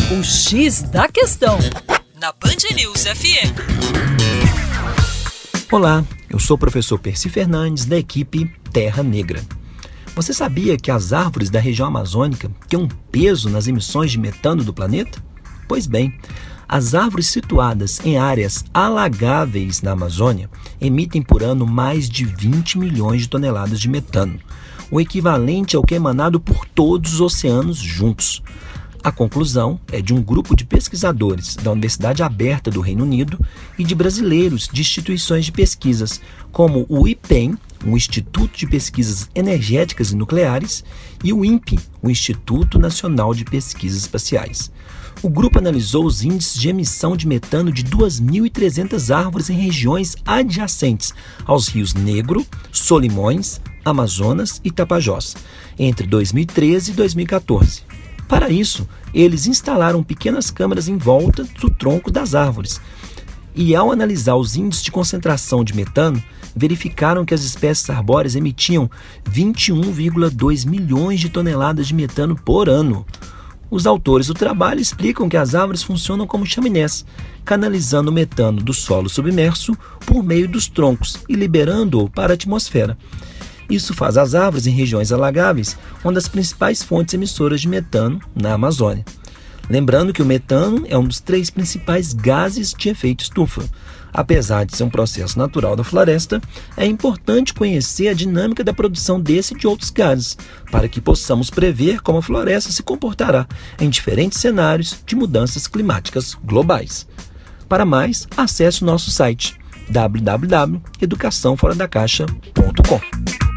O X da Questão, na Band News FM. Olá, eu sou o professor Percy Fernandes, da equipe Terra Negra. Você sabia que as árvores da região amazônica têm um peso nas emissões de metano do planeta? Pois bem, as árvores situadas em áreas alagáveis na Amazônia emitem por ano mais de 20 milhões de toneladas de metano, o equivalente ao que é emanado por todos os oceanos juntos. A conclusão é de um grupo de pesquisadores da Universidade Aberta do Reino Unido e de brasileiros de instituições de pesquisas, como o IPEM, o Instituto de Pesquisas Energéticas e Nucleares, e o INPE, o Instituto Nacional de Pesquisas Espaciais. O grupo analisou os índices de emissão de metano de 2.300 árvores em regiões adjacentes aos rios Negro, Solimões, Amazonas e Tapajós, entre 2013 e 2014. Para isso, eles instalaram pequenas câmaras em volta do tronco das árvores e, ao analisar os índices de concentração de metano, verificaram que as espécies arbóreas emitiam 21,2 milhões de toneladas de metano por ano. Os autores do trabalho explicam que as árvores funcionam como chaminés, canalizando o metano do solo submerso por meio dos troncos e liberando-o para a atmosfera. Isso faz as árvores em regiões alagáveis uma das principais fontes emissoras de metano na Amazônia. Lembrando que o metano é um dos 3 principais gases de efeito estufa. Apesar de ser um processo natural da floresta, é importante conhecer a dinâmica da produção desse e de outros gases, para que possamos prever como a floresta se comportará em diferentes cenários de mudanças climáticas globais. Para mais, acesse o nosso site www.educaçãoforadacaixa.com.